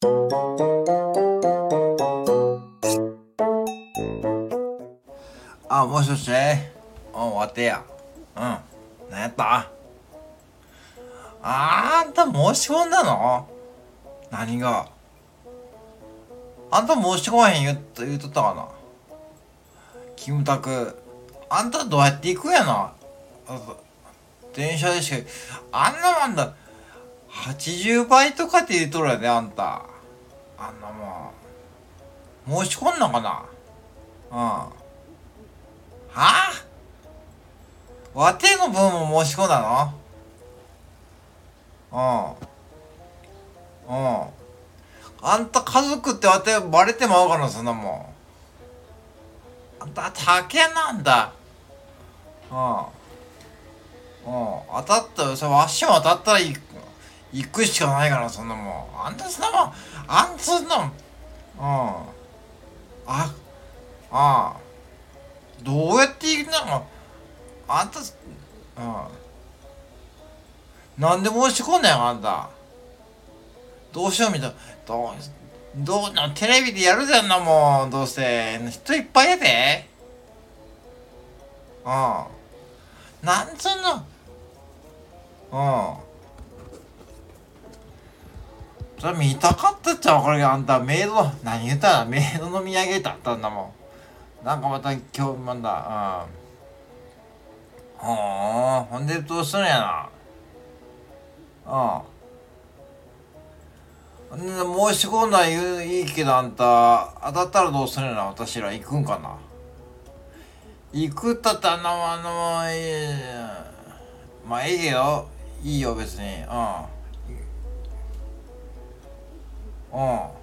あ、もしもし。終わってや。なんやった？あんた申し込んだの？何が？あんた申し込まへん言うとったかな？キムタク。あんたどうやって行くんやな？電車でしか、あんなもんだ。80倍とかって言うとるやで、あんた。あんなもん。申し込んだかな？はぁ、わての分も申し込んだの？うん。あんた家族ってわてバレてまうかな、そんなもん。あんた竹なんだ。うん。当たったよ。それわしも当たったら行くしかないから、そんなもん。あんたそんなもん、あんたそんなもん。あ、あどうやって行くの？あんた、なんで申し込んだよ、あんた。どうしようみたいな。テレビでやるじゃんな、もん。どうせ。人いっぱいやで。なんつうの。それ見たかったっちゃわかるけど、あんたメイド、何言ったらメイドの土産だったんだもん。なんかまた今日なんだ。ほんでどうするんやな。申し込んだらいいけど、あんた当たったらどうするんやな。私ら行くんかな？行くったってまあいいけど、いいよ別に。うん。